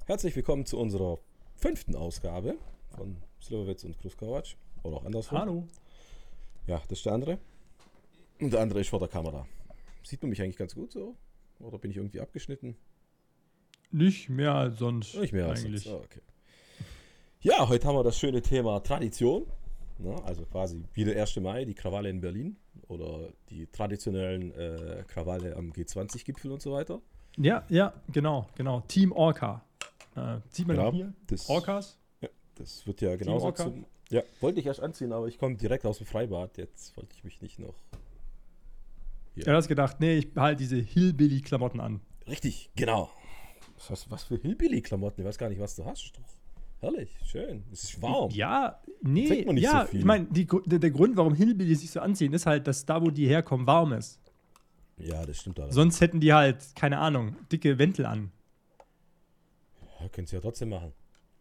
Herzlich willkommen zu unserer 5. Ausgabe von Slivovitz und Kruskowatsch. Oder auch andersrum. Hallo. Ja, das ist der andere. Und der andere ist vor der Kamera. Sieht man mich eigentlich ganz gut so? Oder bin ich irgendwie abgeschnitten? Nicht mehr als sonst. Nicht mehr als eigentlich. sonst. Oh, okay. Ja, heute haben wir das schöne Thema Tradition. Na, also quasi wie der 1. Mai, die Krawalle in Berlin. Oder die traditionellen Krawalle am G20-Gipfel und so weiter. Ja, genau. Team Orca. Sieht man Genau, hier? das- Orcas. Ja, das wird ja genauso Orca. zum... Ja, wollte ich erst anziehen, aber ich komme direkt aus dem Freibad. Jetzt wollte ich mich nicht noch... Ja, du hast gedacht, nee, ich behalte diese Hillbilly-Klamotten an. Richtig, genau. Was für Hillbilly-Klamotten? Ich weiß gar nicht, was du hast. Ist doch herrlich, schön. Es ist warm. Ja, Trinkt nee, man nicht ja, so viel. ich meine, der Grund, warum Hillbilly sich so anziehen, ist halt, dass da, wo die herkommen, warm ist. Ja, das stimmt allerdings. Sonst hätten die halt, keine Ahnung, dicke Wäntel an. Ja, können sie ja trotzdem machen.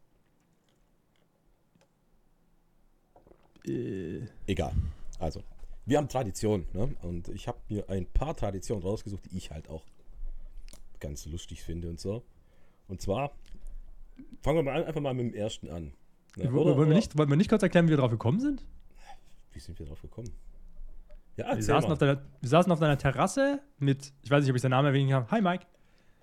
Egal. Also, wir haben Tradition, ne? Und ich habe mir ein paar Traditionen rausgesucht, die ich halt auch ganz lustig finde und so. Und zwar fangen wir mal einfach mal mit dem ersten an. Ne? Wollen wir nicht kurz erklären, wie wir drauf gekommen sind? Wie sind wir drauf gekommen? Ja, Wir erzähl saßen, mal. wir saßen auf deiner Terrasse mit, ich weiß nicht, ob ich seinen Namen erwähnen kann. Hi, Mike.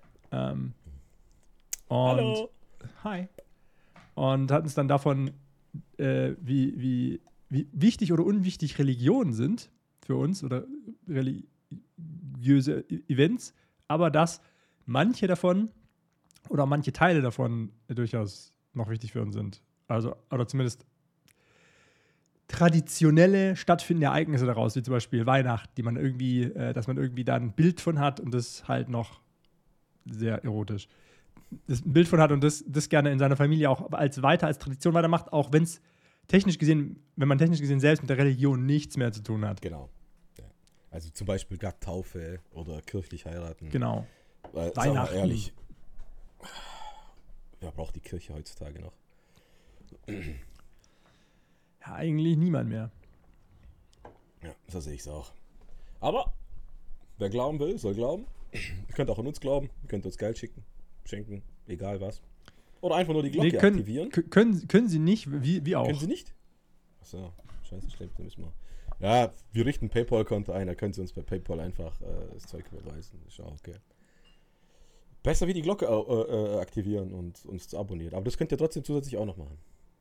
Und Hallo. Hi. Und hatten es dann davon, wie wichtig oder unwichtig Religionen sind für uns oder religiöse Events, aber dass manche davon oder manche Teile davon durchaus noch wichtig für uns sind. Also, oder zumindest traditionelle stattfindende Ereignisse daraus, wie zum Beispiel Weihnachten, die man irgendwie, dass man irgendwie da ein Bild von hat und das halt noch sehr erotisch. Das ein Bild von hat und das gerne in seiner Familie auch als Tradition weitermacht, auch wenn man technisch gesehen selbst mit der Religion nichts mehr zu tun hat. Genau. Ja. Also zum Beispiel gar Taufe oder kirchlich heiraten. Genau. Weil, Weihnachten. sagen wir ehrlich, wer braucht die Kirche heutzutage noch? Ja, eigentlich niemand mehr. Ja, so sehe ich es auch. Aber wer glauben will, soll glauben. Ihr könnt auch an uns glauben. Ihr könnt uns Geld schenken, egal was. Oder einfach nur die Glocke aktivieren. Können sie nicht, wie auch. Können sie nicht? Achso, scheiße, stimmt, da müssen wir. Ja, wir richten ein PayPal-Konto ein, da können sie uns bei PayPal einfach das Zeug überweisen. Ist auch okay. Besser wie die Glocke aktivieren und uns zu abonnieren. Aber das könnt ihr trotzdem zusätzlich auch noch machen.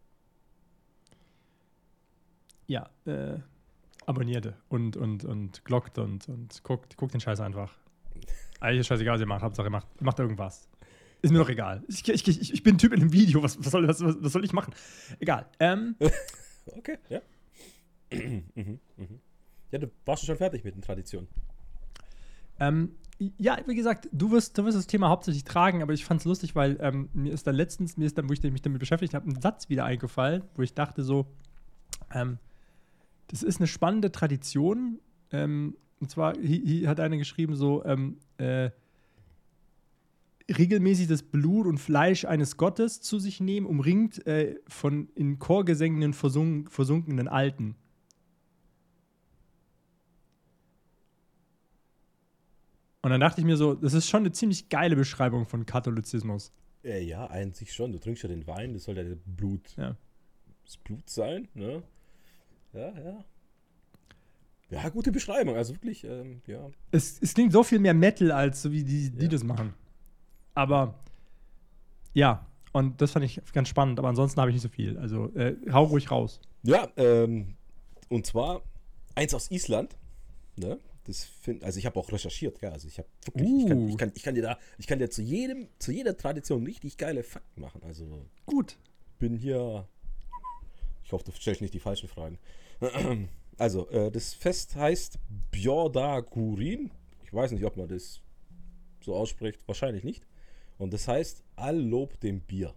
Ja, abonnierte und glockt und guckt den Scheiß einfach. Eigentlich ist scheißegal, was ihr macht. Hauptsache, ihr macht irgendwas. Ist mir doch egal. Ich bin ein Typ in einem Video. Was soll ich machen? Egal. Okay, ja. Ja, du warst schon fertig mit den Traditionen. Ja, wie gesagt, du wirst das Thema hauptsächlich tragen, aber ich fand es lustig, weil mir ist dann, wo ich mich damit beschäftigt habe, ein Satz wieder eingefallen, wo ich dachte so, das ist eine spannende Tradition. Und zwar hier hat einer geschrieben so, regelmäßig das Blut und Fleisch eines Gottes zu sich nehmen, umringt von in Chorgesängen versunkenen Alten. Und dann dachte ich mir so, das ist schon eine ziemlich geile Beschreibung von Katholizismus. Ja, eigentlich schon. Du trinkst ja den Wein, das soll ja das Blut sein, ne? Ja. Ja, gute Beschreibung, also wirklich, ja. Es klingt so viel mehr Metal, als so wie die das machen. Aber, ja, und das fand ich ganz spannend, aber ansonsten habe ich nicht so viel. Also, hau ruhig raus. Ja, und zwar eins aus Island, ne? Also ich habe auch recherchiert, ja, also ich habe wirklich, ich kann dir zu jeder Tradition richtig geile Fakten machen, also Gut. bin hier, ich hoffe, du stellst nicht die falschen Fragen. Also, das Fest heißt Björdagurin, ich weiß nicht, ob man das so ausspricht, wahrscheinlich nicht, und das heißt All Lob dem Bier.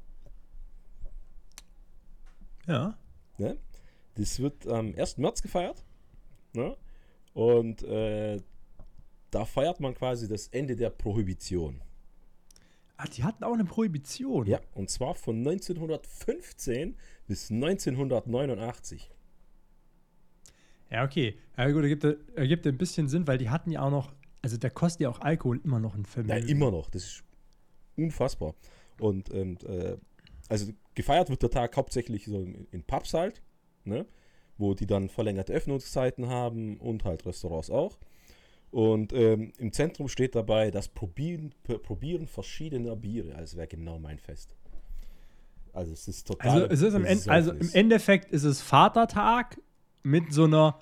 Ja. Ne? Das wird am 1. März gefeiert, ne? Und da feiert man quasi das Ende der Prohibition. Ah, die hatten auch eine Prohibition. Ja, und zwar von 1915 bis 1989. Ja, okay. Ja, gut, ergibt ein bisschen Sinn, weil die hatten ja auch noch, also da kostet ja auch Alkohol immer noch ein Vermögen. Ja, immer noch. Das ist unfassbar. Und also gefeiert wird der Tag hauptsächlich so in Pubs halt, ne? Wo die dann verlängerte Öffnungszeiten haben und halt Restaurants auch. Und im Zentrum steht dabei das Probieren verschiedener Biere. Also wäre genau mein Fest. Also es ist total. Im Endeffekt ist es Vatertag mit so einer,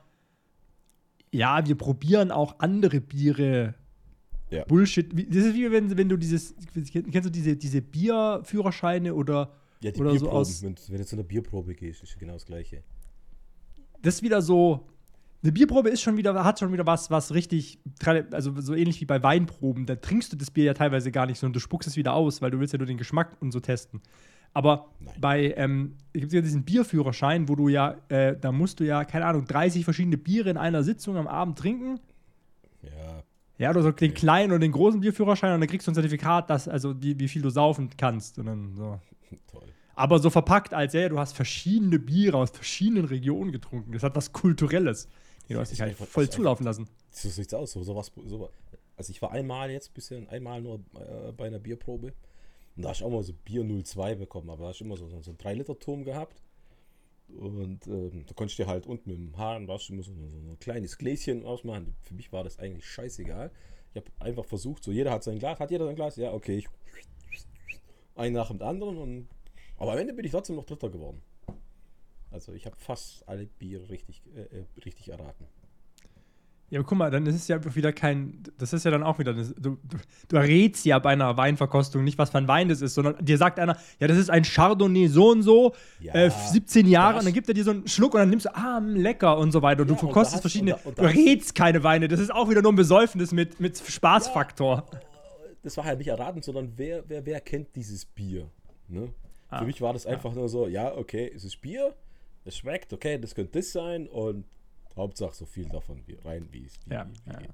ja, wir probieren auch andere Biere. Ja. Bullshit. Das ist wie wenn du kennst du diese Bierführerscheine oder Ja, die oder Bierproben, so aus. wenn du zu einer Bierprobe gehst, ist genau das Gleiche. Das ist wieder so. Eine Bierprobe hat schon wieder was richtig, also so ähnlich wie bei Weinproben. Da trinkst du das Bier ja teilweise gar nicht so und du spuckst es wieder aus, weil du willst ja nur den Geschmack und so testen. Aber bei, gibt es ja diesen Bierführerschein, wo du ja, da musst du ja, keine Ahnung, 30 verschiedene Biere in einer Sitzung am Abend trinken. Ja. Ja, oder so den kleinen oder den großen Bierführerschein und dann kriegst du ein Zertifikat, wie viel du saufen kannst. Und dann so. Toll. Aber so verpackt als, du hast verschiedene Biere aus verschiedenen Regionen getrunken. Das hat was Kulturelles. Du hast dich halt voll zulaufen lassen. So sieht's aus. Sowas. Also ich war einmal nur bei einer Bierprobe. Und da hast du auch mal so Bier 02 bekommen. Aber da hast du immer so einen 3-Liter-Turm gehabt. Und da konntest du dir halt unten mit dem Hahn, immer so ein kleines Gläschen ausmachen. Für mich war das eigentlich scheißegal. Ich habe einfach versucht, so jeder hat sein Glas. Hat jeder sein Glas? Ja, okay. Ein nach dem anderen. Aber am Ende bin ich trotzdem noch Dritter geworden. Also ich habe fast alle Biere richtig erraten. Ja, aber guck mal, dann ist es ja wieder das ist ja dann auch wieder, du errätst ja bei einer Weinverkostung nicht, was für ein Wein das ist, sondern dir sagt einer, ja, das ist ein Chardonnay so und so, ja, 17 Jahre, und dann gibt er dir so einen Schluck und dann nimmst du, lecker und so weiter. Und du verkostest verschiedene, du errätst keine Weine, das ist auch wieder nur ein Besäufnis mit Spaßfaktor. Ja, das war halt nicht erraten, sondern wer kennt dieses Bier, ne? Für mich war das einfach nur so, ja, okay, es ist Bier, es schmeckt, okay, das könnte das sein und Hauptsache so viel davon rein, wie es geht. Ja.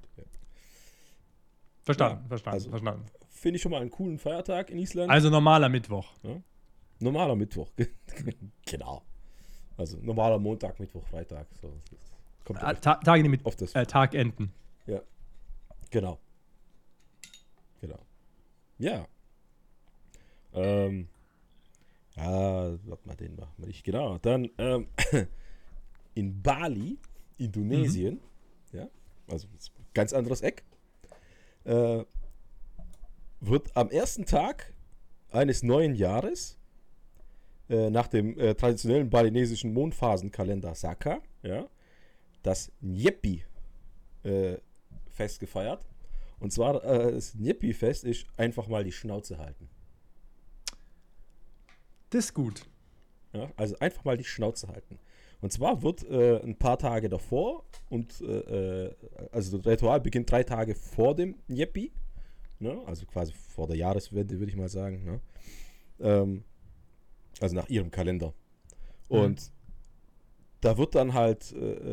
Verstanden. Finde ich schon mal einen coolen Feiertag in Island. Also normaler Mittwoch. Ja? Normaler Mittwoch, genau. Also normaler Montag, Mittwoch, Freitag. So, kommt Tage mit Taganden. Ja, genau. Ja. Warte mal, den machen wir nicht. Genau. Dann in Bali, Indonesien, ja, also ganz anderes Eck, wird am ersten Tag eines neuen Jahres nach dem traditionellen balinesischen Mondphasenkalender Saka, ja, das Nyepi-Fest gefeiert. Und zwar das Nyepi-Fest ist einfach mal die Schnauze halten. Das ist gut. Ja, also einfach mal die Schnauze halten. Und zwar wird ein paar Tage davor also das Ritual beginnt 3 Tage vor dem Nyepi, ne? Also quasi vor der Jahreswende, würde ich mal sagen. Ne? Also nach ihrem Kalender. Und da wird dann halt,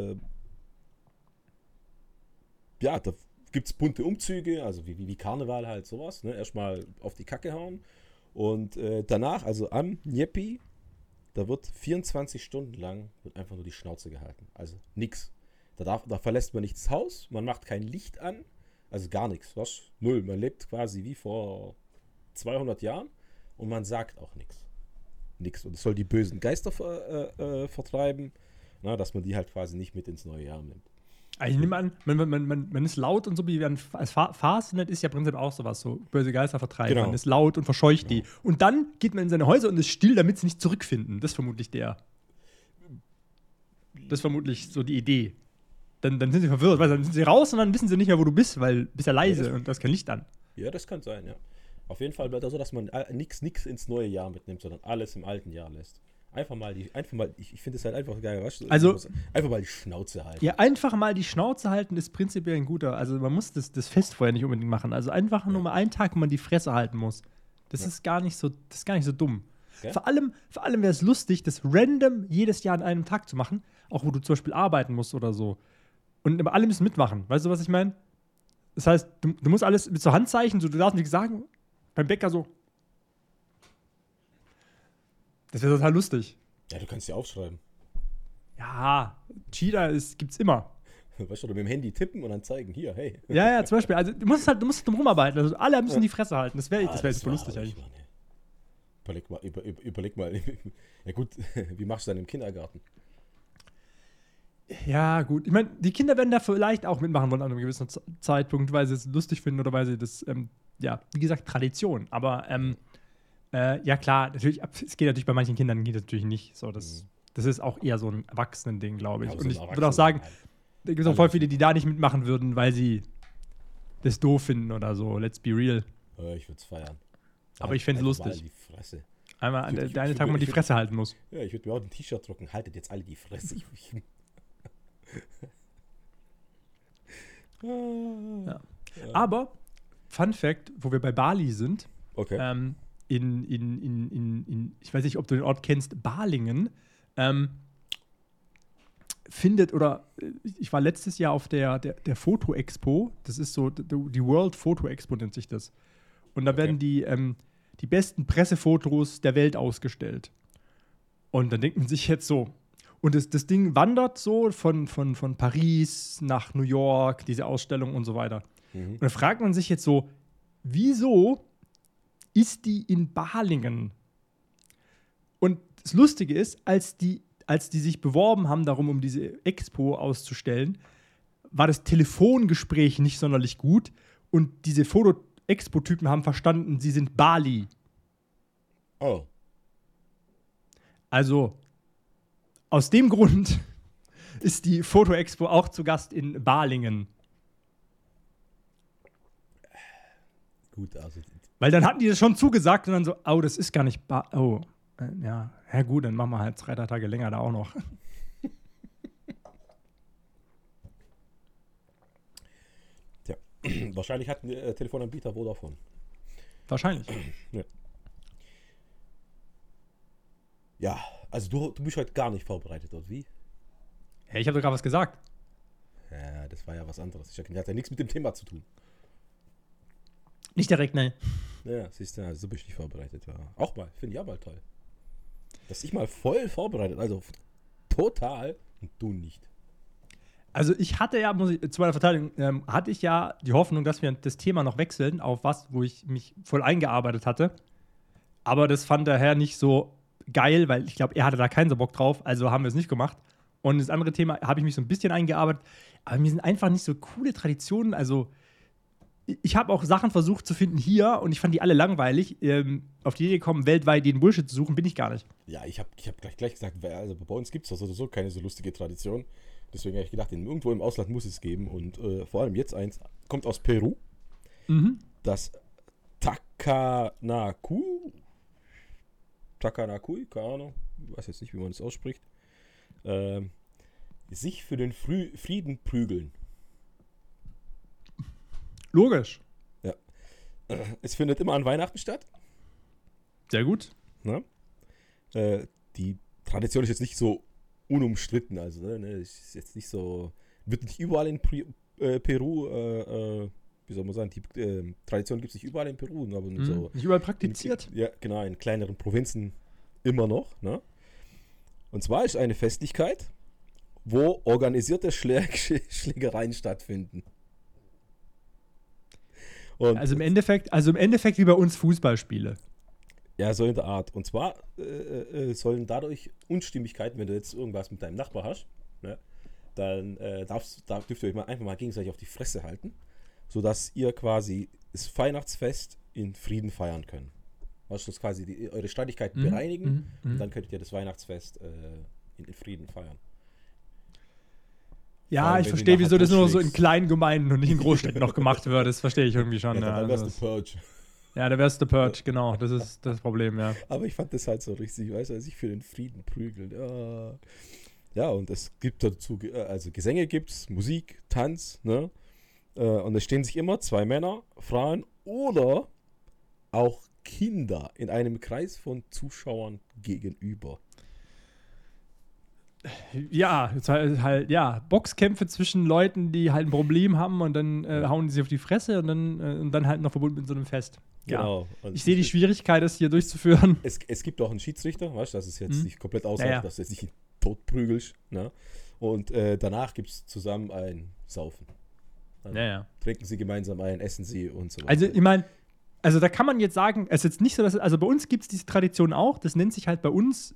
da gibt es bunte Umzüge, also wie Karneval halt sowas. Ne? Erstmal auf die Kacke hauen. Und danach, also am Nyepi, da wird 24 Stunden lang einfach nur die Schnauze gehalten. Also nix. Da verlässt man nicht das Haus, man macht kein Licht an, also gar nichts. Was? Null. Man lebt quasi wie vor 200 Jahren und man sagt auch nichts. Nix. Und es soll die bösen Geister vertreiben, na, dass man die halt quasi nicht mit ins neue Jahr nimmt. Ich nehme an, man ist laut und so, wie als Fastnet ist ja prinzipiell auch sowas, so böse Geister vertreiben. Genau. Man ist laut und verscheucht die. Und dann geht man in seine Häuser und ist still, damit sie nicht zurückfinden. Das ist vermutlich so die Idee. Dann sind sie verwirrt, weil dann sind sie raus und dann wissen sie nicht mehr, wo du bist, weil du bist ja leise und da ist kein Licht an. Ja, das kann sein, ja. Auf jeden Fall bleibt das so, dass man nichts ins neue Jahr mitnimmt, sondern alles im alten Jahr lässt. Einfach mal, ich finde es halt einfach geil, weißt du? Also, einfach mal die Schnauze halten. Ja, einfach mal die Schnauze halten ist prinzipiell ein guter, also man muss das Fest vorher nicht unbedingt machen. Also einfach nur mal einen Tag, wo man die Fresse halten muss. Das ist gar nicht so dumm. Ja? Vor allem wäre es lustig, das random jedes Jahr an einem Tag zu machen, auch wo du zum Beispiel arbeiten musst oder so. Und alle müssen mitmachen. Weißt du, was ich meine? Das heißt, du musst alles mit so Handzeichen, so, du darfst nichts sagen, beim Bäcker so. Das wäre total lustig. Ja, du kannst ja aufschreiben. Ja, Cheater gibt's immer. Weißt du, oder mit dem Handy tippen und dann zeigen, hier, hey. Ja, zum Beispiel. Also du musst drum rumarbeiten. Also alle müssen die Fresse halten. Das wäre super lustig eigentlich. Überleg mal. Ja gut, wie machst du dann im Kindergarten? Ja, gut. Ich meine, die Kinder werden da vielleicht auch mitmachen wollen an einem gewissen Zeitpunkt, weil sie es lustig finden oder weil sie das, ja, wie gesagt, Tradition. Aber, ja klar, natürlich, es geht natürlich bei manchen Kindern geht das natürlich nicht. So, das ist auch eher so ein Erwachsenen-Ding, glaube ich. Ja, Und ich würde auch sagen, da gibt es auch voll viele, die da nicht mitmachen würden, weil sie das doof finden oder so. Let's be real. Ich würde es feiern. Aber ich fände es lustig. Mal die Fresse. Einmal der eine Tag, wo man die Fresse halten muss. Ja, ich würde mir auch ein T-Shirt drucken. Haltet jetzt alle die Fresse. Ja. Aber, Fun Fact, wo wir bei Bali sind, okay. Ich weiß nicht, ob du den Ort kennst, Balingen, findet, oder ich war letztes Jahr auf der Foto-Expo, das ist so, die World Photo Expo nennt sich das. Und da werden die besten Pressefotos der Welt ausgestellt. Und dann denkt man sich jetzt so, und das Ding wandert so von Paris nach New York, diese Ausstellung und so weiter. Und da fragt man sich jetzt so, wieso ist die in Balingen? Und das Lustige ist, als die sich beworben haben darum, um diese Expo auszustellen, war das Telefongespräch nicht sonderlich gut und diese Foto-Expo-Typen haben verstanden, sie sind Bali. Oh. Also, aus dem Grund ist die Foto-Expo auch zu Gast in Balingen. Gut, also. Weil dann hatten die das schon zugesagt und dann so, oh, das ist gar nicht ja gut, dann machen wir halt 3 Tage länger da auch noch. Tja, wahrscheinlich hat ein Telefonanbieter Vodafone. Wahrscheinlich. Ja. Ja, also du bist heute gar nicht vorbereitet, oder wie? Ja, ich habe doch gerade was gesagt. Ja, das war ja was anderes. Ich hat ja nichts mit dem Thema zu tun. Nicht direkt, ne. Ja, siehst du, also so bist du nicht vorbereitet. Ja. Auch mal, finde ich auch mal toll. Dass ich mal voll vorbereitet, also total, und du nicht. Also ich hatte ja, zu meiner Verteidigung, hatte ich ja die Hoffnung, dass wir das Thema noch wechseln auf was, wo ich mich voll eingearbeitet hatte. Aber das fand der Herr nicht so geil, weil ich glaube, er hatte da keinen so Bock drauf, also haben wir es nicht gemacht. Und das andere Thema habe ich mich so ein bisschen eingearbeitet, aber mir sind einfach nicht so coole Traditionen, also ich habe auch Sachen versucht zu finden hier und ich fand die alle langweilig. Auf die Idee gekommen, weltweit den Bullshit zu suchen, bin ich gar nicht. Ja, ich hab gleich gesagt, also bei uns gibt es so keine so lustige Tradition. Deswegen habe ich gedacht, irgendwo im Ausland muss es geben. Und vor allem jetzt eins, kommt aus Peru. Das Takanakui, keine Ahnung, ich weiß jetzt nicht, wie man das ausspricht. Sich für den Frieden prügeln. Logisch. Ja. Es findet immer an Weihnachten statt. Sehr gut. Ne? Die Tradition ist jetzt nicht so unumstritten, also ist jetzt nicht so, wird nicht überall in Peru, wie soll man sagen, die Tradition gibt es nicht überall in Peru, aber so nicht überall praktiziert. Ja, genau, in kleineren Provinzen immer noch. Ne? Und zwar ist eine Festlichkeit, wo organisierte Schlägereien stattfinden. Und also im Endeffekt wie bei uns Fußballspiele. Ja, so in der Art. Und zwar sollen dadurch Unstimmigkeiten, wenn du jetzt irgendwas mit deinem Nachbar hast, ne, dann dürft ihr euch einfach mal gegenseitig auf die Fresse halten, sodass ihr quasi das Weihnachtsfest in Frieden feiern könnt. Also das quasi eure Streitigkeiten bereinigen und dann könnt ihr das Weihnachtsfest in Frieden feiern. Ja, ich verstehe, wieso das nur so in kleinen Gemeinden und nicht in Großstädten noch gemacht wird. Das verstehe ich irgendwie schon. Ja, dann wär's The Purge. Ja, da wär's The Purge, genau. Das ist das Problem, ja. Aber ich fand das halt so richtig, weißt du, sich für den Frieden prügeln. Ja. Ja, und es gibt dazu, also Gesänge gibt's, Musik, Tanz, ne? Und es stehen sich immer 2 Männer, Frauen oder auch Kinder in einem Kreis von Zuschauern gegenüber. Ja, halt, Boxkämpfe zwischen Leuten, die halt ein Problem haben und dann hauen die sich auf die Fresse und dann halt noch verbunden mit so einem Fest. Genau. Ja. Ich sehe die Schwierigkeit, das hier durchzuführen. Es gibt auch einen Schiedsrichter, weißt du, dass es jetzt nicht komplett ausreicht, dass du jetzt nicht tot prügelst. Ne? Und danach gibt es zusammen ein Saufen. Also trinken sie gemeinsam ein, essen sie und so weiter. Also, ich meine, also da kann man jetzt sagen, es ist jetzt nicht so, dass, also bei uns gibt es diese Tradition auch, das nennt sich halt bei uns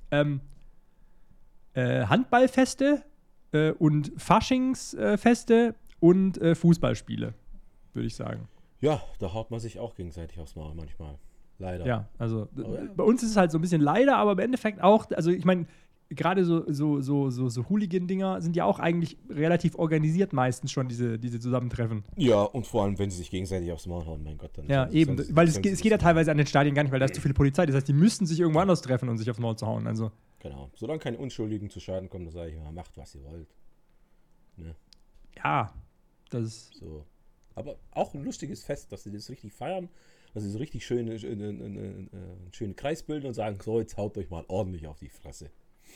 Handballfeste und Faschingsfeste und Fußballspiele, würde ich sagen. Ja, da haut man sich auch gegenseitig aufs Maul manchmal. Leider. Ja, also Aber ja. bei uns ist es halt so ein bisschen leider, aber im Endeffekt auch, also ich meine, gerade so Hooligan-Dinger sind ja auch eigentlich relativ organisiert meistens schon, diese Zusammentreffen. Ja, und vor allem, wenn sie sich gegenseitig aufs Maul hauen, mein Gott, dann. Ja, eben, weil es geht ja teilweise an den Stadien gar nicht, weil da ist zu viel Polizei. Das heißt, die müssten sich irgendwo anders treffen und sich aufs Maul zu hauen. Also. Genau. Solange keine Unschuldigen zu Schaden kommen, dann sage ich immer, macht, was ihr wollt. Ne? Ja, das ist. So. Aber auch ein lustiges Fest, dass sie das richtig feiern, dass sie so richtig schön einen schönen Kreis bilden und sagen, so, jetzt haut euch mal ordentlich auf die Fresse.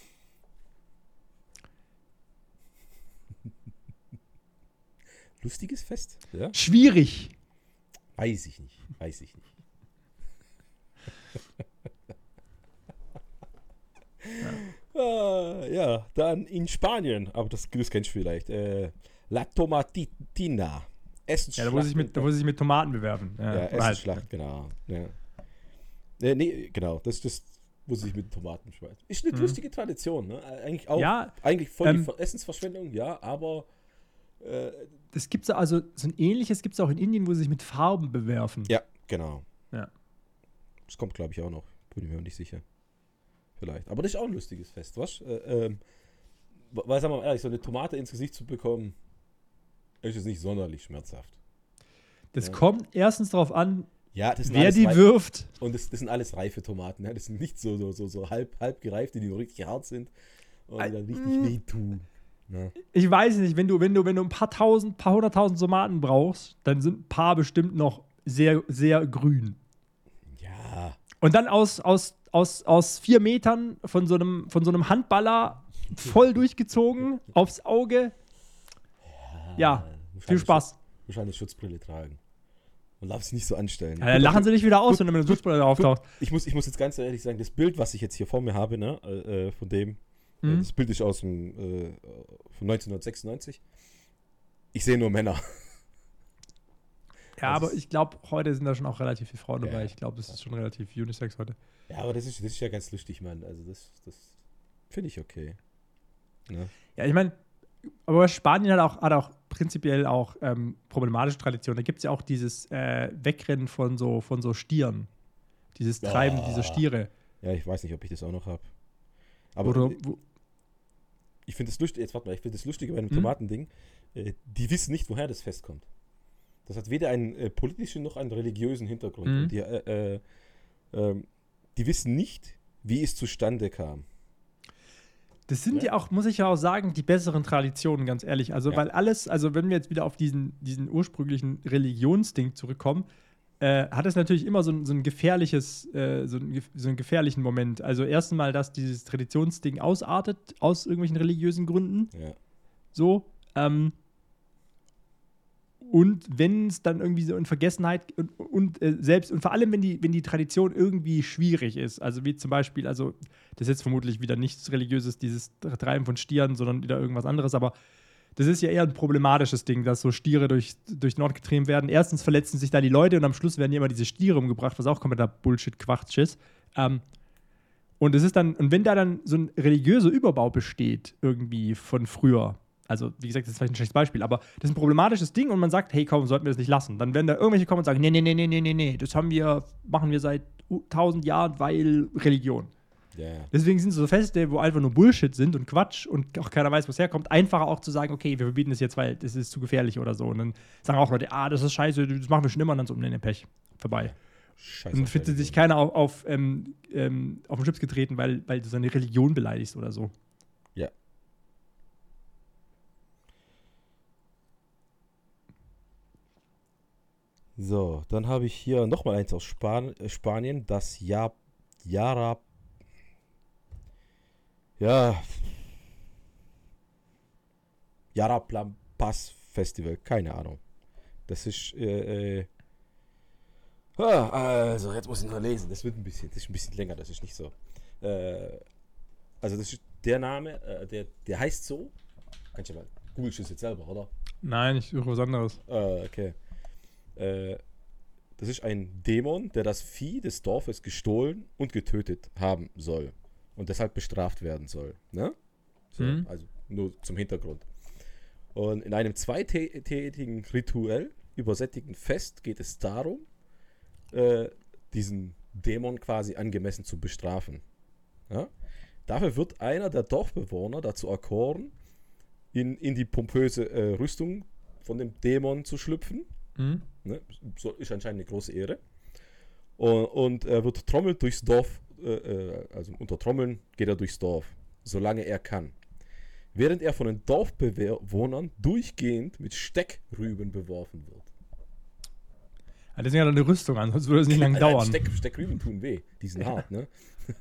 Lustiges Fest? Ja? Schwierig. Weiß ich nicht. Ja, dann in Spanien, aber das kennst du vielleicht. La Tomatina. Ja, da muss ich mit Tomaten bewerben. Ja, Essensschlacht, genau. Ja. Nee, genau, das muss ich mit Tomaten schmeißen. Ist eine lustige Tradition, ne? Eigentlich auch, ja, eigentlich voll die Essensverschwendung, ja, aber das gibt's also, so ein ähnliches gibt es auch in Indien, wo sie sich mit Farben bewerfen. ja, genau. Ja. Das kommt, glaube ich, auch noch. Bin ich mir nicht sicher. Vielleicht. Aber das ist auch ein lustiges Fest, was? Weil, sagen wir mal ehrlich, so eine Tomate ins Gesicht zu bekommen, ist es nicht sonderlich schmerzhaft. Das kommt erstens darauf an, ja, wer die wirft. Und das sind alles reife Tomaten. Ja? Das sind nicht so halb gereifte, die nur richtig hart sind und die dann richtig wehtun. Ne? Ich weiß nicht, wenn du ein paar hunderttausend Tomaten brauchst, dann sind ein paar bestimmt noch sehr, sehr grün. Ja. Und dann aus 4 Metern von so einem Handballer voll durchgezogen aufs Auge. Ja, viel Spaß. Wahrscheinlich Schutzbrille tragen. Und darf es nicht so anstellen. Ja, dann lachen sie dich wieder aus, wenn du mit einer Schutzbrille auftauchst. Ich muss jetzt ganz ehrlich sagen, das Bild, was ich jetzt hier vor mir habe, ne, von dem, das Bild ist von 1996. Ich sehe nur Männer. Ja, aber ich glaube, heute sind da schon auch relativ viele Frauen dabei. Ich glaube, das ist schon relativ unisex heute. Ja, aber das ist ja ganz lustig, Mann. Also das finde ich okay. Ne? Ja, ich meine, aber Spanien hat auch prinzipiell auch problematische Traditionen. Da gibt es ja auch dieses Wegrennen von so Stieren. Dieses Treiben dieser Stiere. Ja, ich weiß nicht, ob ich das auch noch habe. Aber ich finde das lustig, ich finde das Lustige bei dem Tomatending, die wissen nicht, woher das Fest kommt. Das hat weder einen politischen noch einen religiösen Hintergrund. Und die wissen nicht, wie es zustande kam. Das sind ja auch, muss ich ja auch sagen, die besseren Traditionen, ganz ehrlich. Also, weil wenn wir jetzt wieder auf diesen ursprünglichen Religionsding zurückkommen, hat es natürlich immer so ein gefährliches, so einen gefährlichen Moment. Also, erst einmal, dass dieses Traditionsding ausartet aus irgendwelchen religiösen Gründen. Ja. So. Und wenn es dann irgendwie so in Vergessenheit und vor allem, wenn die Tradition irgendwie schwierig ist, also wie zum Beispiel, also das ist jetzt vermutlich wieder nichts Religiöses, dieses Treiben von Stieren, sondern wieder irgendwas anderes, aber das ist ja eher ein problematisches Ding, dass so Stiere durch Nord getrieben werden. Erstens verletzen sich da die Leute und am Schluss werden immer diese Stiere umgebracht, was auch kompletter Bullshit-Quatsch ist. Und wenn da dann so ein religiöser Überbau besteht, irgendwie von früher, also, wie gesagt, das ist vielleicht ein schlechtes Beispiel, aber das ist ein problematisches Ding und man sagt, hey, komm, sollten wir das nicht lassen. Dann werden da irgendwelche kommen und sagen, nee, das machen wir seit 1000 Jahren, weil Religion. Yeah. Deswegen sind so Feste, wo einfach nur Bullshit sind und Quatsch und auch keiner weiß, was herkommt, einfacher auch zu sagen, okay, wir verbieten das jetzt, weil das ist zu gefährlich oder so. Und dann sagen auch Leute, das ist scheiße, das machen wir schon immer, und dann so, nee, Pech, vorbei. Scheiße. Und dann fühlt sich keiner auf den Schlips getreten, weil du seine Religion beleidigst oder so. Ja. So, dann habe ich hier nochmal eins aus Spanien, das Jaraplampas Festival, keine Ahnung. Das ist, also jetzt muss ich nur lesen, das ist ein bisschen länger, das ist nicht so. Also das ist der Name, der heißt so, kannst du mal, googelst du es jetzt selber, oder? Nein, ich suche was anderes. Okay. das ist ein Dämon, der das Vieh des Dorfes gestohlen und getötet haben soll. Und deshalb bestraft werden soll. Ne? So, also nur zum Hintergrund. Und in einem zweitägigen rituell übersättigten Fest geht es darum, diesen Dämon quasi angemessen zu bestrafen. Ja? Dafür wird einer der Dorfbewohner dazu erkoren, in die pompöse Rüstung von dem Dämon zu schlüpfen. Ne? So ist anscheinend eine große Ehre. Und er wird trommelt durchs Dorf, also unter Trommeln geht er durchs Dorf, solange er kann. Während er von den Dorfbewohnern durchgehend mit Steckrüben beworfen wird. Ja, deswegen hat er eine Rüstung an, sonst würde es nicht lange dauern. Steckrüben tun weh, die sind hart, ne?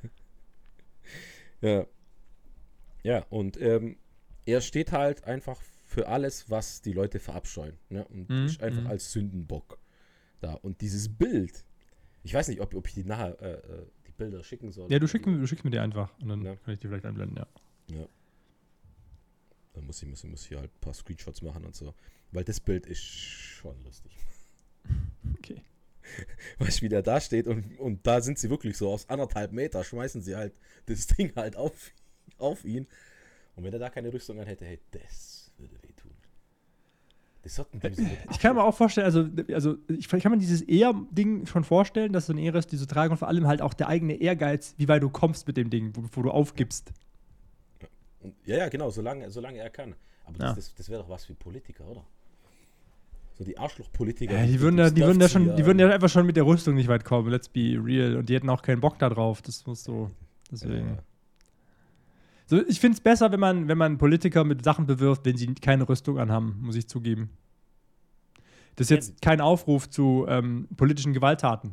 Ja. Ja, und er steht halt einfach für alles, was die Leute verabscheuen. Ne? Und ist einfach als Sündenbock da. Und dieses Bild, ich weiß nicht, ob ich die die Bilder schicken soll. Ja, du schickst mir die einfach und dann kann ich die vielleicht einblenden, ja. Ja. Dann muss ich hier halt ein paar Screenshots machen und so. Weil das Bild ist schon lustig. Okay. Weißt du, wie der da steht und da sind sie wirklich so aus 1,5 Meter, schmeißen sie halt das Ding halt auf ihn. Und wenn er da keine Rüstung an hätte, hey, das würde wehtun. Das sollten die so ich kann mir auch vorstellen, also ich kann mir dieses Ehr-Ding schon vorstellen, dass so eine Ehre ist, die so tragen und vor allem halt auch der eigene Ehrgeiz, wie weit du kommst mit dem Ding, bevor du aufgibst. Ja, genau, solange er kann. Aber das wäre doch was für Politiker, oder? So die Arschloch-Politiker. Ja, die würden ja einfach schon mit der Rüstung nicht weit kommen, let's be real. Und die hätten auch keinen Bock da drauf, das muss so, deswegen. Ja. So, ich finde es besser, wenn man Politiker mit Sachen bewirft, wenn sie keine Rüstung anhaben, muss ich zugeben. Das ist jetzt kein Aufruf zu politischen Gewalttaten.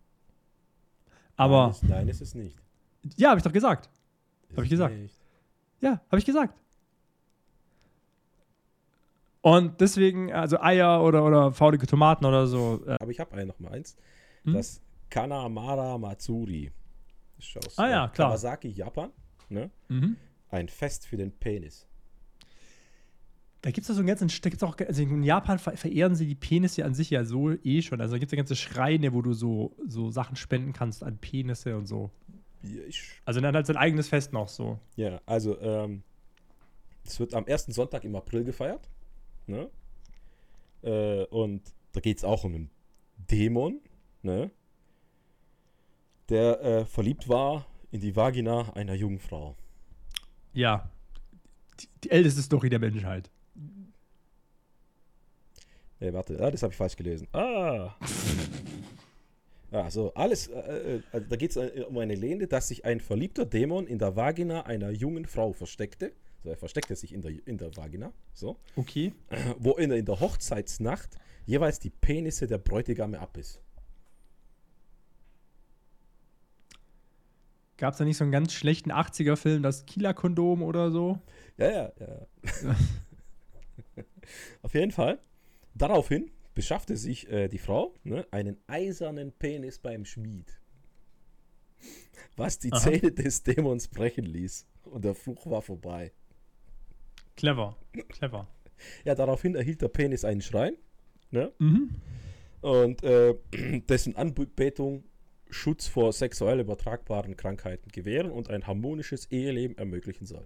Aber. Nein, ist es nicht. Ja, habe ich doch gesagt. Habe ich gesagt. Nicht. Ja, habe ich gesagt. Und deswegen, also Eier oder faulige Tomaten oder so. Aber ich habe noch mal eins. Das Kanamara Matsuri. Aus, ja, klar. Kawasaki, Japan. Ne? Ein Fest für den Penis. Da gibt es so einen ganzen, also in Japan verehren sie die Penisse an sich ja so schon. Also da gibt es ja ganze Schreine, wo du so Sachen spenden kannst an Penisse und so. Also dann halt sein eigenes Fest noch so. Ja, also es wird am ersten Sonntag im April gefeiert. Ne? Und da geht es auch um einen Dämon, ne? Der verliebt war in die Vagina einer jungen Frau. Ja. Die älteste Story der Menschheit. Nee, warte, das habe ich falsch gelesen. Ja, so, alles, also da geht es um eine Legende, dass sich ein verliebter Dämon in der Vagina einer jungen Frau versteckte. So, er versteckte sich in der Vagina, so. Okay. Wo in der Hochzeitsnacht jeweils die Penisse der Bräutigame abbiss. Gab es da nicht so einen ganz schlechten 80er-Film, das Killer-Kondom oder so? Ja. Auf jeden Fall. Daraufhin beschaffte sich die Frau einen eisernen Penis beim Schmied. Was die Zähne des Dämons brechen ließ. Und der Fluch war vorbei. Clever. Ja, daraufhin erhielt der Penis einen Schrein. Ne? Und dessen Anbetung Schutz vor sexuell übertragbaren Krankheiten gewähren und ein harmonisches Eheleben ermöglichen soll.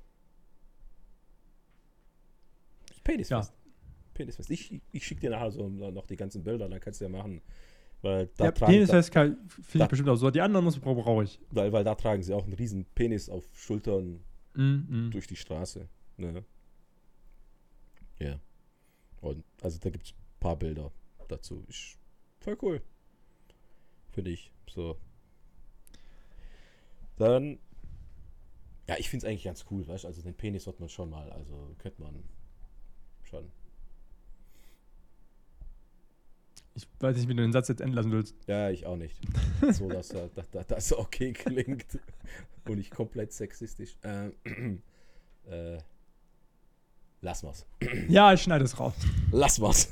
Penisfest. Ja. Penisfest. Ich schicke dir nachher so noch die ganzen Bilder, dann kannst du ja machen. Weil Penisfest finde ich bestimmt auch so. Die anderen brauche ich. Weil da tragen sie auch einen riesen Penis auf Schultern durch die Straße. Ne? Ja. Und also da gibt es ein paar Bilder dazu. Ist voll cool. Finde ich. So. Dann. Ja, ich finde es eigentlich ganz cool, weißt du? Also den Penis sollte man schon mal, also könnte man schon. Ich weiß nicht, wie du den Satz jetzt enden lassen willst. Ja, ich auch nicht. So, dass das okay klingt. Und nicht komplett sexistisch. Lass mal's. Ja, ich schneide es raus. Lass mal's.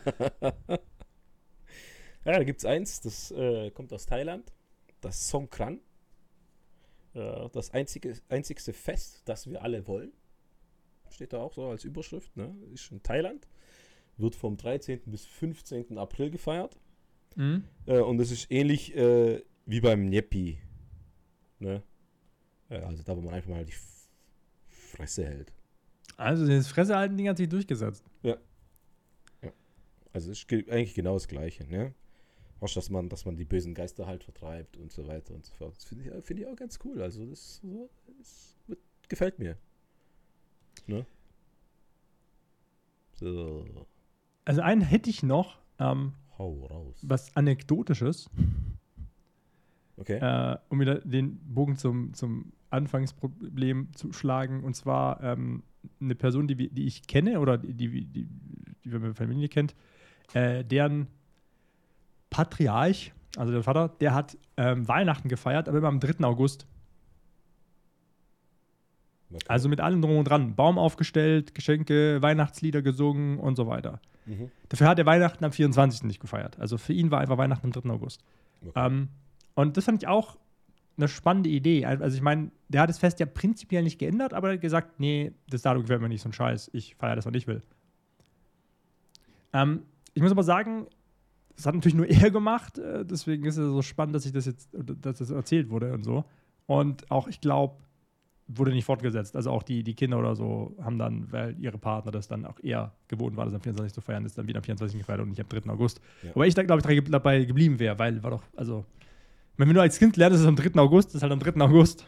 Ja, da gibt's eins, das kommt aus Thailand. Das Songkran. Das einzigste Fest, das wir alle wollen. Steht da auch so als Überschrift. Ne? Ist in Thailand. Wird vom 13. bis 15. April gefeiert. Mhm. Und das ist ähnlich wie beim Njepi. Ne? Also da, wo man einfach mal die Fresse hält. Also das Fressehalten-Ding hat sich durchgesetzt. Ja. Also es ist eigentlich genau das Gleiche. Ne? Auch, dass man die bösen Geister halt vertreibt und so weiter und so fort. Das finde ich auch ganz cool. Also das gefällt mir. Ne? So. Also einen hätte ich noch, Hau raus. was Anekdotisches, Okay. um wieder den Bogen zum Anfangsproblem zu schlagen. Und zwar eine Person, die ich kenne oder die meine Familie kennt, deren Patriarch, also der Vater, der hat Weihnachten gefeiert, aber immer am 3. August. Okay. Also mit allem drum und dran. Baum aufgestellt, Geschenke, Weihnachtslieder gesungen und so weiter. Mhm. Dafür hat er Weihnachten am 24. nicht gefeiert. Also für ihn war einfach Weihnachten am 3. August. Okay. Und das fand ich auch eine spannende Idee. Also ich meine, der hat das Fest ja prinzipiell nicht geändert, aber er hat gesagt, nee, das Datum gefällt mir nicht, so ein Scheiß. Ich feiere das, was ich will. Ich muss aber sagen, das hat natürlich nur er gemacht. Deswegen ist es so spannend, dass das erzählt wurde und so. Und auch, ich glaube, wurde nicht fortgesetzt. Also auch die Kinder oder so haben dann, weil ihre Partner das dann auch eher gewohnt war, das am 24. zu feiern, ist dann wieder am 24. gefeiert und nicht am 3. August. Ja. Aber ich da, glaube ich, dabei geblieben wäre, weil war doch, also, wenn du als Kind lernst, ist es am 3. August, ist halt am 3. August.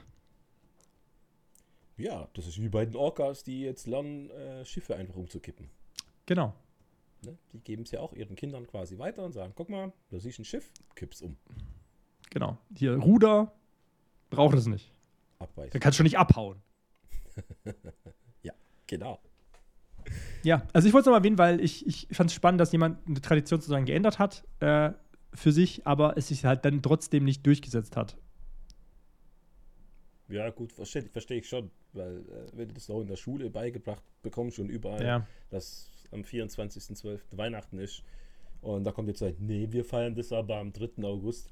Ja, das ist wie bei den Orcas, die jetzt lernen, Schiffe einfach umzukippen. Genau. Ne? Die geben es ja auch ihren Kindern quasi weiter und sagen, guck mal, da siehst du ein Schiff, kipp's um. Genau. Hier, Ruder braucht es nicht. Abweichen. Da kannst du nicht abhauen. Ja, genau. Ja, also ich wollte es noch mal erwähnen, weil ich fand es spannend, dass jemand eine Tradition sozusagen geändert hat für sich, aber es sich halt dann trotzdem nicht durchgesetzt hat. Ja, gut, versteh ich schon, weil wenn du das auch in der Schule beigebracht bekommst und überall, Ja. dass am 24.12. Weihnachten ist und da kommt jetzt halt, nee, wir feiern das aber am 3. August.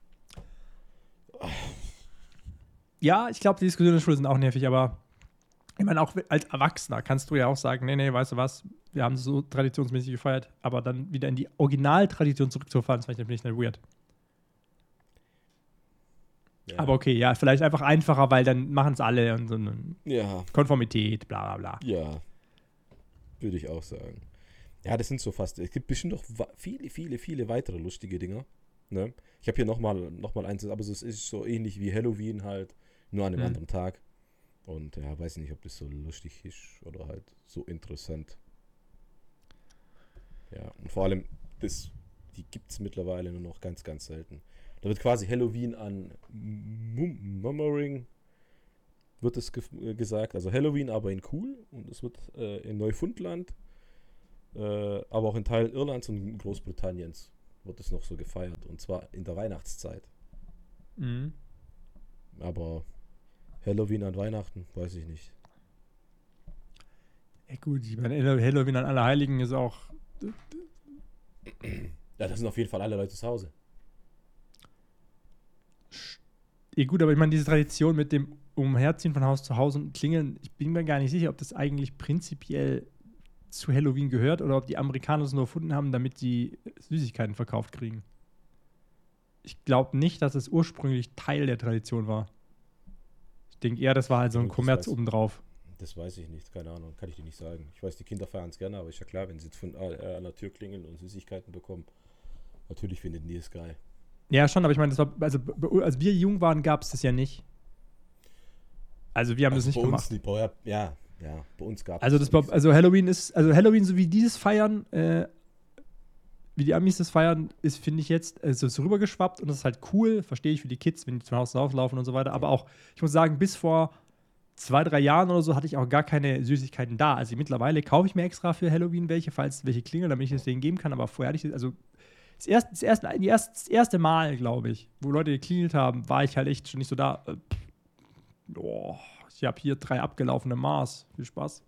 Ja, ich glaube, die Diskussionen in der Schule sind auch nervig, aber ich meine, auch als Erwachsener kannst du ja auch sagen, nee, weißt du was, wir haben es so traditionsmäßig gefeiert, aber dann wieder in die Originaltradition zurückzufahren, das finde ich dann weird. Ja. Aber okay, ja, vielleicht einfach einfacher, weil dann machen es alle und so eine Ja, Konformität, bla bla bla. ja, würde ich auch sagen. Ja, das sind so fast, es gibt bestimmt noch viele weitere lustige Dinger. Ne? Ich habe hier nochmal eins, aber es ist so ähnlich wie Halloween halt, nur an einem anderen Tag. Und ja, weiß nicht, ob das so lustig ist oder halt so interessant. Ja, und vor allem, die gibt es mittlerweile nur noch ganz, ganz selten. Da wird quasi Halloween an Mummering wird es gesagt. Also Halloween aber in cool und es wird in Neufundland, aber auch in Teilen Irlands und Großbritanniens wird es noch so gefeiert. Und zwar in der Weihnachtszeit. Mhm. Aber Halloween an Weihnachten, weiß ich nicht. Ja, gut, ich meine, Halloween an Allerheiligen ist auch. Ja, das sind auf jeden Fall alle Leute zu Hause. Ja, gut, aber ich meine, diese Tradition mit dem Umherziehen von Haus zu Haus und Klingeln, ich bin mir gar nicht sicher, ob das eigentlich prinzipiell zu Halloween gehört oder ob die Amerikaner es nur erfunden haben, damit sie Süßigkeiten verkauft kriegen. Ich glaube nicht, dass es ursprünglich Teil der Tradition war. Ich denke eher, das war halt so ein Das Kommerz weiß- obendrauf. Das weiß ich nicht, keine Ahnung, kann ich dir nicht sagen. Ich weiß, die Kinder feiern es gerne, aber ist ja klar, wenn sie jetzt von an der Tür klingeln und Süßigkeiten bekommen, natürlich finden die es geil. Ja, schon, aber ich meine, das war, also als wir jung waren, gab es das ja nicht. Also wir haben das nicht bei gemacht. uns nicht, ja, bei uns gab Also, es Halloween so wie die das feiern, wie die Amis das feiern, ist, finde ich jetzt, so ist rübergeschwappt und das ist halt cool, verstehe ich für die Kids, wenn die zum Haus laufen und so weiter. Aber auch, ich muss sagen, bis vor 2-3 Jahren oder so hatte ich auch gar keine Süßigkeiten da. Also mittlerweile kaufe ich mir extra für Halloween welche, falls welche klingeln, damit ich es denen geben kann. Aber vorher hatte ich also das erste Mal, glaube ich, wo Leute geklingelt haben, war ich halt echt schon nicht so da. Ich habe hier 3 abgelaufene Mars. Viel Spaß.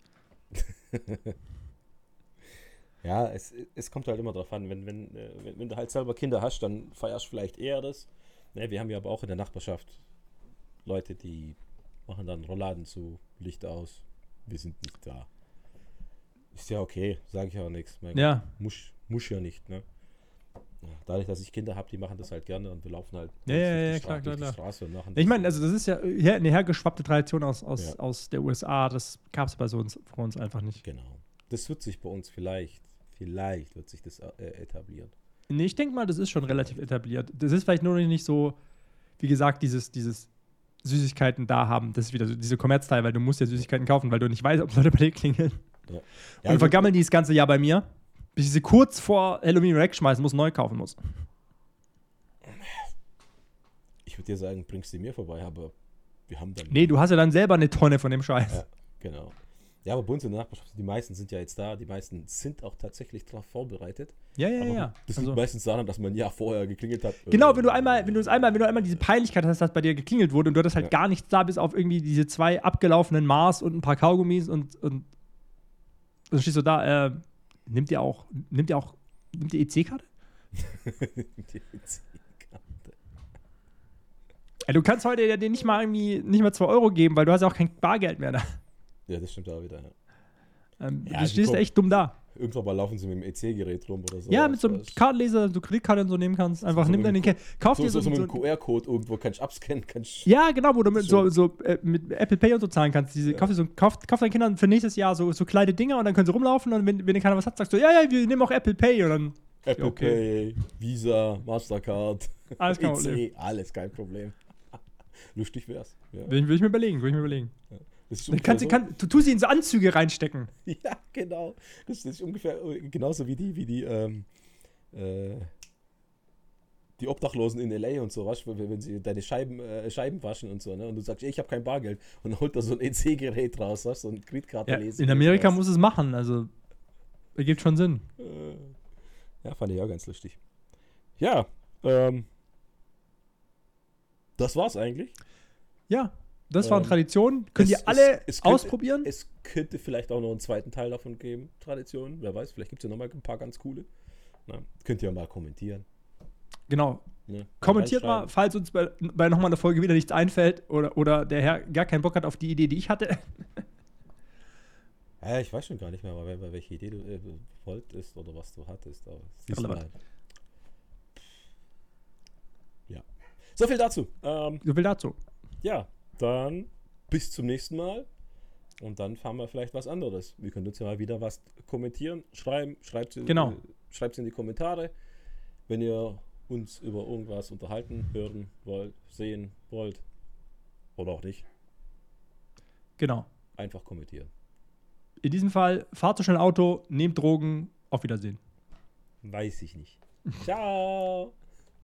Ja, es kommt halt immer drauf an, wenn du halt selber Kinder hast, dann feierst du vielleicht eher das. Ne, wir haben ja aber auch in der Nachbarschaft Leute, die machen dann Rollladen zu, Licht aus. Wir sind nicht da. Ist ja okay, sage ich auch nichts. Ja. Muss ja nicht, ne? Ja, dadurch, dass ich Kinder habe, die machen das halt gerne und wir laufen halt Ja, durch ja, die ja, Stra- klar, durch die klar. Straße und machen Ich meine, das. also das ist ja eine hergeschwappte Tradition aus Ja. der USA. Das gab es bei uns einfach nicht. Genau. Das wird sich bei uns vielleicht wird sich das etablieren. Nee, ich denke mal, das ist schon relativ etabliert. Das ist vielleicht nur noch nicht so, wie gesagt, dieses Süßigkeiten da haben. Das ist wieder so diese Kommerzteil, weil du musst ja Süßigkeiten kaufen, weil du nicht weißt, ob Leute bei dir klingeln. Ja. Und Ja, vergammeln die das ganze Jahr bei mir, bis ich sie kurz vor Halloween wegschmeißen muss, neu kaufen muss. ich würde dir sagen, bringst sie mir vorbei, aber wir haben dann. Nee, du hast ja dann selber eine Tonne von dem Scheiß. Ja, genau. Ja, aber bei uns in der Nachbarschaft, die meisten sind ja jetzt da, die meisten sind auch tatsächlich darauf vorbereitet. Ja, Aber ja. das liegt meistens daran, dass man ein Jahr vorher geklingelt hat. Genau, wenn du einmal diese Peinlichkeit hast, dass bei dir geklingelt wurde und du hattest halt gar nichts da, bis auf irgendwie diese 2 abgelaufenen Mars und ein paar Kaugummis und dann stehst du da, nimmt ihr EC-Karte? Die EC-Karte. Du kannst heute ja dir nicht mal 2 Euro geben, weil du hast ja auch kein Bargeld mehr da. Ja, das stimmt auch wieder. Ja. Du stehst echt dumm da. Irgendwann mal laufen sie mit dem EC-Gerät rum oder so. Ja, mit so einem Kartenleser, so Kreditkarte und so nehmen kannst. Einfach nimm dann den kauf dir so mit einem QR-Code irgendwo, kannst du abscannen. Ja, genau, wo du mit mit Apple Pay und so zahlen kannst. Kauf deinen Kindern für nächstes Jahr so kleine Dinger und dann können sie rumlaufen und wenn keiner was hat, sagst du, ja, wir nehmen auch Apple Pay und dann Apple Pay, Visa, Mastercard, alles kein EC, Problem. alles kein Problem. Lustig wär's. Ja. Will ich mir überlegen. Ja. Das ist Du tust sie in so Anzüge reinstecken. Ja, genau. Das ist ungefähr genauso wie die Obdachlosen in LA und so, weißt du, wenn sie deine Scheiben waschen und so, ne? Und du sagst, ich habe kein Bargeld und dann holt da so ein EC-Gerät raus, weißt du, so ein Kreditkarte in Amerika muss es machen, also ergibt schon Sinn. Ja, fand ich auch ganz lustig. Ja, das war's eigentlich. Ja, das waren Traditionen. Könnt ihr alle ausprobieren? Es könnte vielleicht auch noch einen zweiten Teil davon geben, Traditionen. Wer weiß, vielleicht gibt es ja nochmal ein paar ganz coole. Na, könnt ihr ja mal kommentieren. Genau. Ne? Kommentiert mal, falls uns bei nochmal einer Folge wieder nichts einfällt oder der Herr gar keinen Bock hat auf die Idee, die ich hatte. Ja, ich weiß schon gar nicht mehr, welche Idee du wolltest oder was du hattest. Aber relevant. Ja. So viel dazu. Ja, dann bis zum nächsten Mal. Und dann fahren wir vielleicht was anderes. Wir können uns ja mal wieder was kommentieren, schreiben. Schreibt es in die Kommentare, wenn ihr uns über irgendwas unterhalten, hören wollt, sehen wollt. Oder auch nicht. Genau. Einfach kommentieren. In diesem Fall, fahrt so schnell Auto, nehmt Drogen, auf Wiedersehen. Weiß ich nicht. Ciao.